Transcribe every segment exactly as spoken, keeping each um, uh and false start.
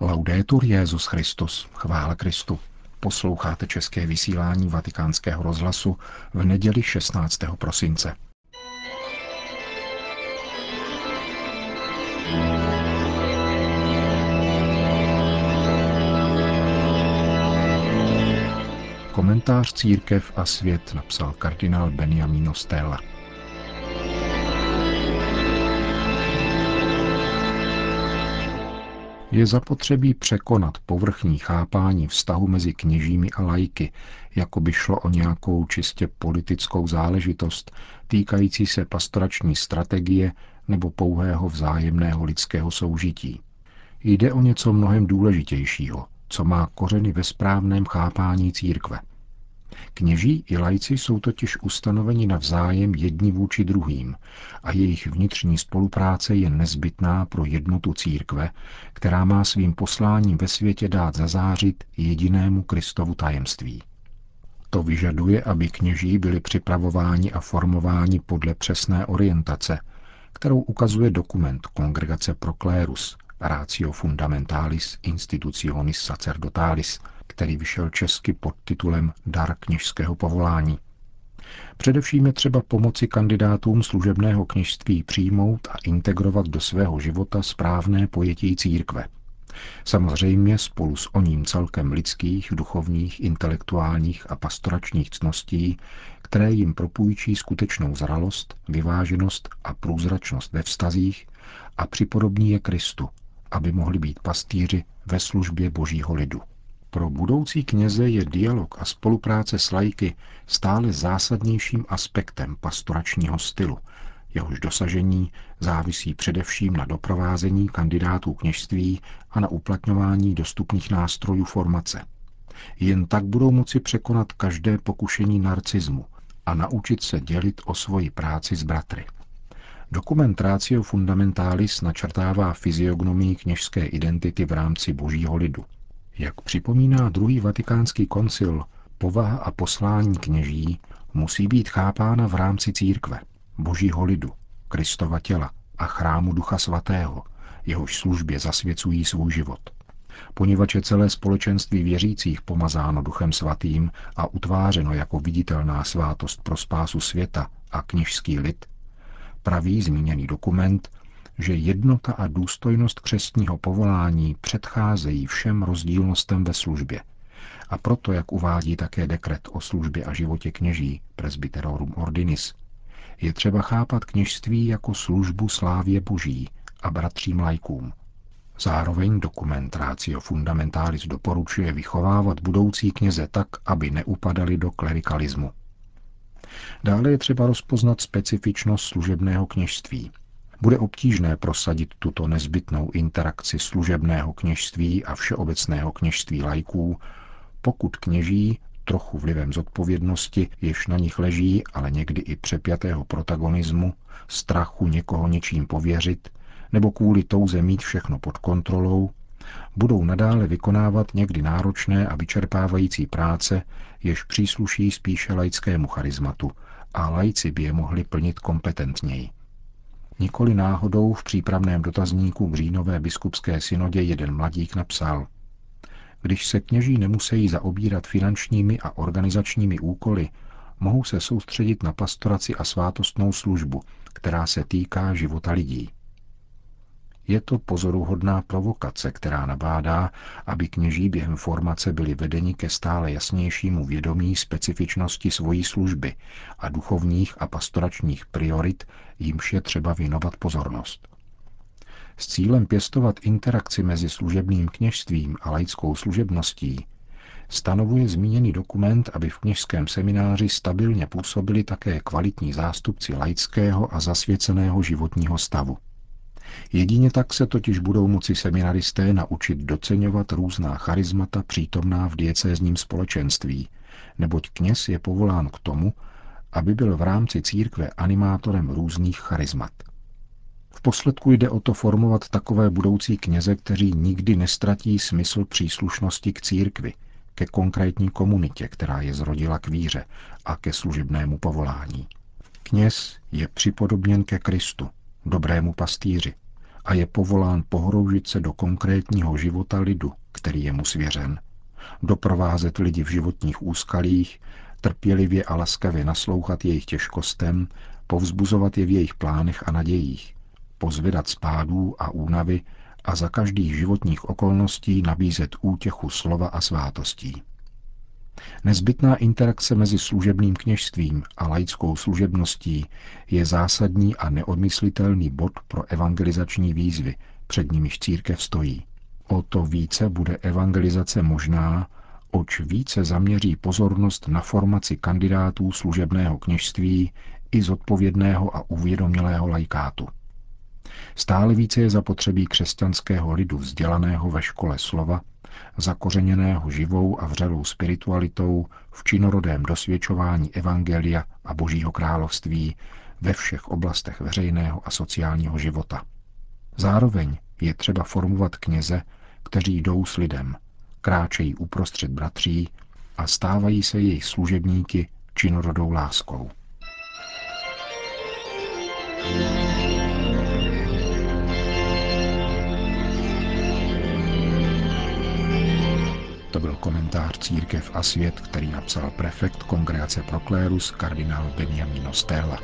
Laudetur Jesus Christus, chvála Kristu. Posloucháte české vysílání Vatikánského rozhlasu v neděli šestnáctého prosince. Komentář Církev a svět napsal kardinál Beniamino Stella. Je zapotřebí překonat povrchní chápání vztahu mezi kněžími a laiky, jako by šlo o nějakou čistě politickou záležitost týkající se pastorační strategie nebo pouhého vzájemného lidského soužití. Jde o něco mnohem důležitějšího, co má kořeny ve správném chápání církve. Kněží i laici jsou totiž ustanoveni navzájem jedni vůči druhým a jejich vnitřní spolupráce je nezbytná pro jednotu církve, která má svým posláním ve světě dát zazářit jedinému Kristovu tajemství. To vyžaduje, aby kněží byli připravováni a formováni podle přesné orientace, kterou ukazuje dokument Kongregace pro klérus Ratio Fundamentalis Institutionis Sacerdotalis, který vyšel česky pod titulem Dar kněžského povolání. Především je třeba pomoci kandidátům služebného kněžství přijmout a integrovat do svého života správné pojetí církve. Samozřejmě spolu s oním celkem lidských, duchovních, intelektuálních a pastoračních ctností, které jim propůjčí skutečnou zralost, vyváženost a průzračnost ve vztazích a připodobní je Kristu, aby mohli být pastýři ve službě Božího lidu. Pro budoucí kněze je dialog a spolupráce s laiky stále zásadnějším aspektem pastoračního stylu, jehož dosažení závisí především na doprovázení kandidátů kněžství a na uplatňování dostupných nástrojů formace. Jen tak budou moci překonat každé pokušení narcismu a naučit se dělit o svoji práci s bratry. Dokument Ratio Fundamentalis načrtává fyziognomii kněžské identity v rámci Božího lidu. Jak připomíná druhý vatikánský koncil, povaha a poslání kněží musí být chápána v rámci církve, Božího lidu, Kristova těla a chrámu Ducha Svatého, jehož službě zasvěcují svůj život. Poněvadž je celé společenství věřících pomazáno Duchem Svatým a utvářeno jako viditelná svátost pro spásu světa a kněžský lid, praví zmíněný dokument, že jednota a důstojnost křestního povolání předcházejí všem rozdílnostem ve službě. A proto, jak uvádí také dekret o službě a životě kněží, Presbyterorum Ordinis, je třeba chápat kněžství jako službu slávě Boží a bratřím laikům. Zároveň dokument Ratio Fundamentalis doporučuje vychovávat budoucí kněze tak, aby neupadali do klerikalismu. Dále je třeba rozpoznat specifičnost služebného kněžství. Bude obtížné prosadit tuto nezbytnou interakci služebného kněžství a všeobecného kněžství laiků, pokud kněží, trochu vlivem zodpovědnosti, jež na nich leží, ale někdy i přepjatého protagonismu, strachu někoho něčím pověřit, nebo kvůli touze mít všechno pod kontrolou, budou nadále vykonávat někdy náročné a vyčerpávající práce, jež přísluší spíše laickému charizmatu, a laici by je mohli plnit kompetentněji. Nikoli náhodou v přípravném dotazníku k říjnové biskupské synodě jeden mladík napsal: Když se kněží nemusí zaobírat finančními a organizačními úkoly, mohou se soustředit na pastoraci a svátostnou službu, která se týká života lidí. Je to pozoruhodná provokace, která nabádá, aby kněží během formace byli vedeni ke stále jasnějšímu vědomí specifičnosti svojí služby a duchovních a pastoračních priorit, jimž je třeba věnovat pozornost. S cílem pěstovat interakci mezi služebným kněžstvím a laickou služebností stanovuje zmíněný dokument, aby v kněžském semináři stabilně působili také kvalitní zástupci laického a zasvěceného životního stavu. Jedině tak se totiž budou moci seminaristé naučit doceňovat různá charismata přítomná v diecézním společenství, neboť kněz je povolán k tomu, aby byl v rámci církve animátorem různých charismat. V posledku jde o to formovat takové budoucí kněze, kteří nikdy nestratí smysl příslušnosti k církvi, ke konkrétní komunitě, která je zrodila k víře a ke služebnému povolání. Kněz je připodobněn ke Kristu, dobrému pastýři, a je povolán pohroužit se do konkrétního života lidu, který je mu svěřen, doprovázet lidi v životních úskalích, trpělivě a laskavě naslouchat jejich těžkostem, povzbuzovat je v jejich plánech a nadějích, pozvedat z pádů a únavy a za každých životních okolností nabízet útěchu slova a svátostí. Nezbytná interakce mezi služebným kněžstvím a laickou služebností je zásadní a neodmyslitelný bod pro evangelizační výzvy, před nimiž církev stojí. O to více bude evangelizace možná, oč více zaměří pozornost na formaci kandidátů služebného kněžství i zodpovědného a uvědomělého laikátu. Stále více je zapotřebí křesťanského lidu vzdělaného ve škole slova, zakořeněného živou a vřelou spiritualitou v činorodém dosvědčování evangelia a Božího království ve všech oblastech veřejného a sociálního života. Zároveň je třeba formovat kněze, kteří jdou s lidem, kráčejí uprostřed bratří a stávají se jejich služebníky činorodou láskou. To byl komentář Církev a svět, který napsal prefekt Kongregace pro klérus kardinál Beniamino Stella.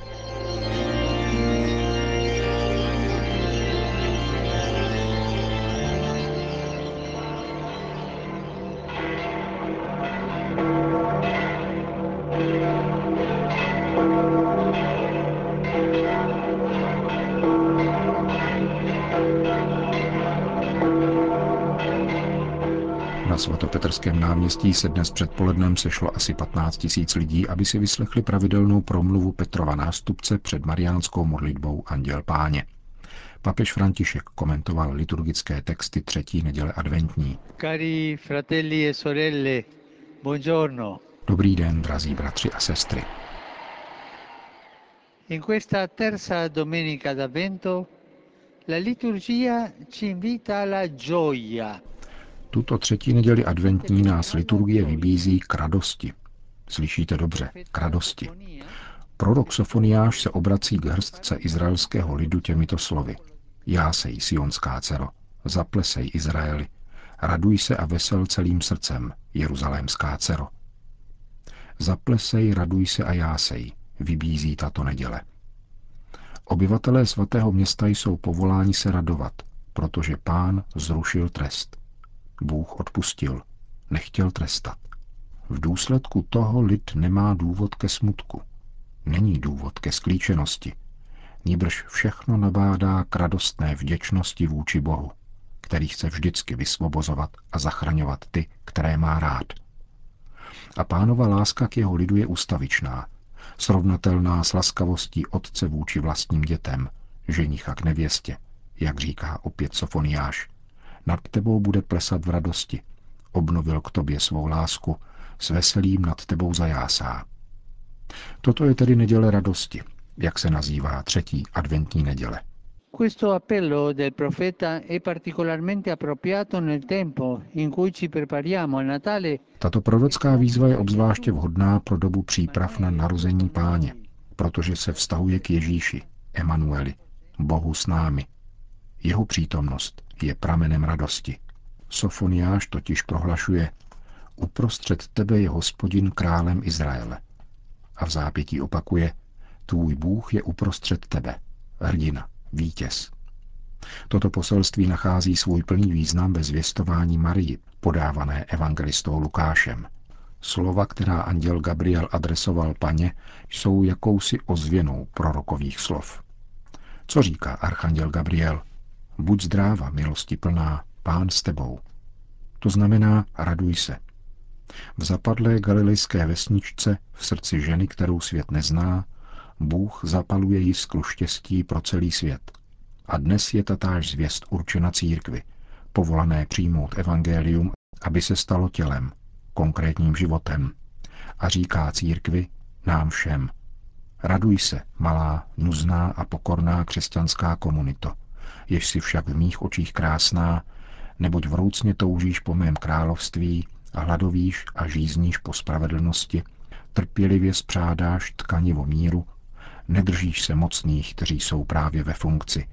Na svatopetrském náměstí se dnes předpolednem sešlo asi patnáct tisíc lidí, aby si vyslechli pravidelnou promluvu Petrova nástupce před mariánskou modlitbou Anděl Páně. Papež František komentoval liturgické texty třetí neděle adventní. Cari fratelli e sorelle, buongiorno. Dobrý den, drazí bratři a sestry. In questa terza domenica d'Avvento la liturgia ci invita alla gioia. Tuto třetí neděli adventní nás liturgie vybízí k radosti. Slyšíte dobře, k radosti. Prorok Sofoniáš se obrací k hrstce izraelského lidu těmito slovy. Jásej, sionská dcero, zaplesej, Izraeli, raduj se a vesel celým srdcem, jeruzalémská dcero. Zaplesej, raduj se a jásej, vybízí tato neděle. Obyvatelé svatého města jsou povoláni se radovat, protože Pán zrušil trest. Bůh odpustil, nechtěl trestat. V důsledku toho lid nemá důvod ke smutku. Není důvod ke sklíčenosti. Nýbrž všechno nabádá k radostné vděčnosti vůči Bohu, který chce vždycky vysvobozovat a zachraňovat ty, které má rád. A Pánova láska k jeho lidu je ustavičná, srovnatelná s laskavostí otce vůči vlastním dětem, ženicha k nevěstě, jak říká opět Sofoniáš. Nad tebou bude plesat v radosti, obnovil k tobě svou lásku, s veselím nad tebou zajásá. Toto je tedy neděle radosti, jak se nazývá třetí adventní neděle. Questo appello del profeta è particolarmente appropriato nel tempo in cui ci prepariamo al Natale. Tato prorocká výzva je obzvláště vhodná pro dobu příprav na narození Páně, protože se vztahuje k Ježíši, Emanueli, Bohu s námi. Jeho přítomnost je pramenem radosti. Sofoniáš totiž prohlašuje: uprostřed tebe je Hospodin králem Izraele. A v zápětí opakuje: tvůj Bůh je uprostřed tebe, hrdina, vítěz. Toto poselství nachází svůj plný význam ve zvěstování Marii, podávané evangelistou Lukášem. Slova, která anděl Gabriel adresoval Paně, jsou jakousi ozvěnou prorokových slov. Co říká archanděl Gabriel? Buď zdráva, milosti plná, Pán s tebou. To znamená, raduj se. V zapadlé galilejské vesničce, v srdci ženy, kterou svět nezná, Bůh zapaluje jiskru štěstí pro celý svět. A dnes je tatáž zvěst určena církvi, povolané přijmout evangelium, aby se stalo tělem, konkrétním životem. A říká církvi, nám všem: raduj se, malá, nuzná a pokorná křesťanská komunito, jež si však v mých očích krásná, neboť vroucně toužíš po mém království a hladovíš a žízníš po spravedlnosti, trpělivě spřádáš tkanivo míru, nedržíš se mocných, kteří jsou právě ve funkci,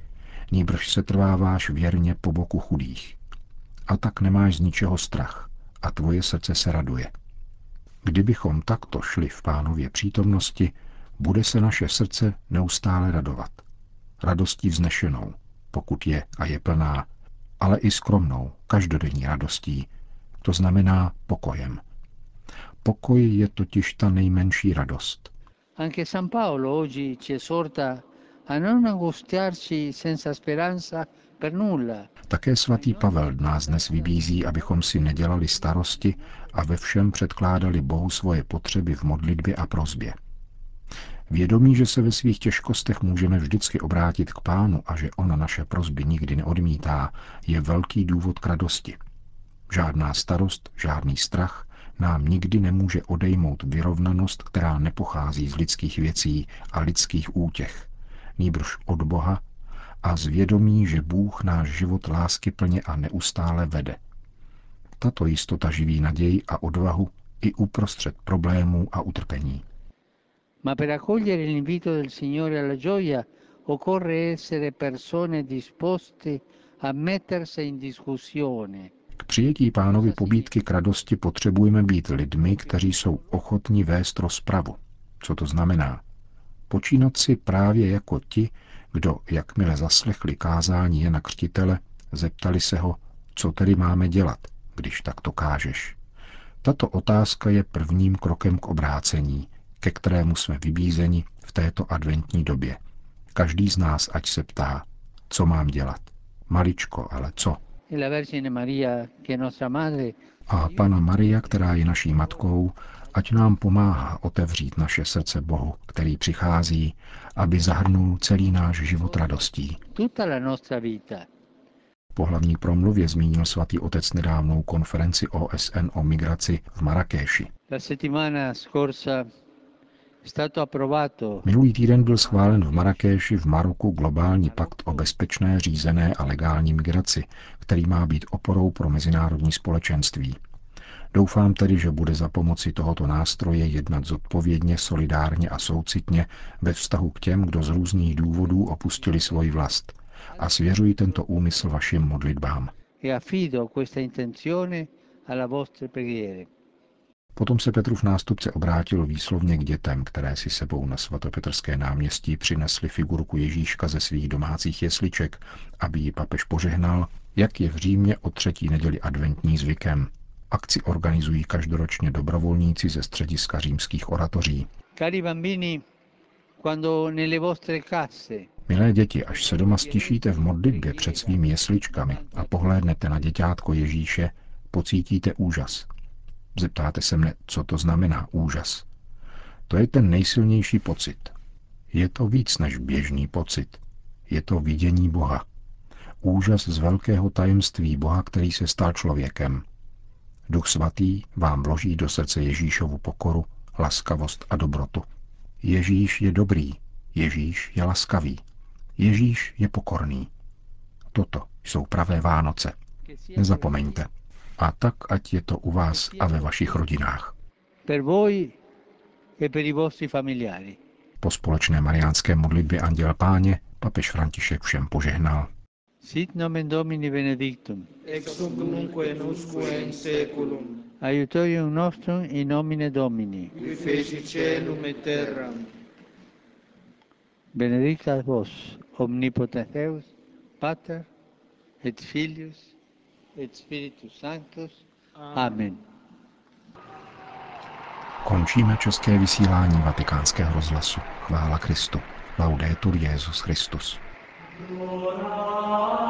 nýbrž se trváváš věrně po boku chudých. A tak nemáš z ničeho strach a tvoje srdce se raduje. Kdybychom takto šli v Pánově přítomnosti, bude se naše srdce neustále radovat. Radostí vznešenou, pokud je a je plná, ale i skromnou, každodenní radostí, to znamená pokojem. Pokoj je totiž ta nejmenší radost. Anche San Paolo oggi ci esorta a non angustiarci senza speranza per nulla. Také svatý Pavel nás dnes vybízí, abychom si nedělali starosti a ve všem předkládali Bohu svoje potřeby v modlitbě a prosbě. Vědomí, že se ve svých těžkostech můžeme vždycky obrátit k Pánu a že on naše prosby nikdy neodmítá, je velký důvod k radosti. Žádná starost, žádný strach nám nikdy nemůže odejmout vyrovnanost, která nepochází z lidských věcí a lidských útěch, nýbrž od Boha a z vědomí, že Bůh náš život láskyplně a neustále vede. Tato jistota živí naději a odvahu i uprostřed problémů a utrpení. Ma per accogliere l'invito del Signore alla gioia occorre essere persone disposte a mettersi in discussione. K přijetí Pánovy pobídky k radosti potřebujeme být lidmi, kteří jsou ochotni vést rozpravu. Co to znamená? Počínat si právě jako ti, kdo, jakmile zaslechli kázání Jana Křtitele, zeptali se ho, co tedy máme dělat, když takto kážeš. Tato otázka je prvním krokem k obrácení, ke kterému jsme vybízeni v této adventní době. Každý z nás ať se ptá, co mám dělat. Maličko, ale co? A Panna Maria, která je naší matkou, ať nám pomáhá otevřít naše srdce Bohu, který přichází, aby zahrnul celý náš život radostí. Po hlavní promluvě zmínil svatý otec nedávnou konferenci O S N o migraci v Marrakéši. Minulý týden byl schválen v Marrakéši v Maroku globální pakt o bezpečné, řízené a legální migraci, který má být oporou pro mezinárodní společenství. Doufám tedy, že bude za pomoci tohoto nástroje jednat zodpovědně, solidárně a soucitně ve vztahu k těm, kdo z různých důvodů opustili svoji vlast. A svěřuji tento úmysl vašim modlitbám. Potom se Petrův nástupce obrátil výslovně k dětem, které si sebou na svatopetrské náměstí přinesli figurku Ježíška ze svých domácích jesliček, aby ji papež požehnal, jak je v Římě o třetí neděli adventní zvykem. Akci organizují každoročně dobrovolníci ze střediska římských oratoří. Cari bambini, quando nelle vostre case Milé děti, až se doma stišíte v modlitbě před svými jesličkami a pohlédnete na děťátko Ježíše, pocítíte úžas. Zeptáte se mne, co to znamená úžas. To je ten nejsilnější pocit. Je to víc než běžný pocit. Je to vidění Boha. Úžas z velkého tajemství Boha, který se stal člověkem. Duch svatý vám vloží do srdce Ježíšovu pokoru, laskavost a dobrotu. Ježíš je dobrý, Ježíš je laskavý, Ježíš je pokorný. Toto jsou pravé Vánoce. Nezapomeňte. A tak, ať je to u vás a ve vašich rodinách. Po společné mariánské modlitbě Anděl Páně papež František všem požehnal. Sit nomen Domini benedictum. Ex hoc nunc et usque in saeculum. Aiutorium nostrum in nomine Domini. Qui feci caelum et terram. Benedicta vos, omnipotens Deus, Pater, et Filius, et Spiritus Sanctus. Amen. Končíme české vysílání Vatikánského rozhlasu. Chvála Kristu. Laudetur Jesus Christus. Gloria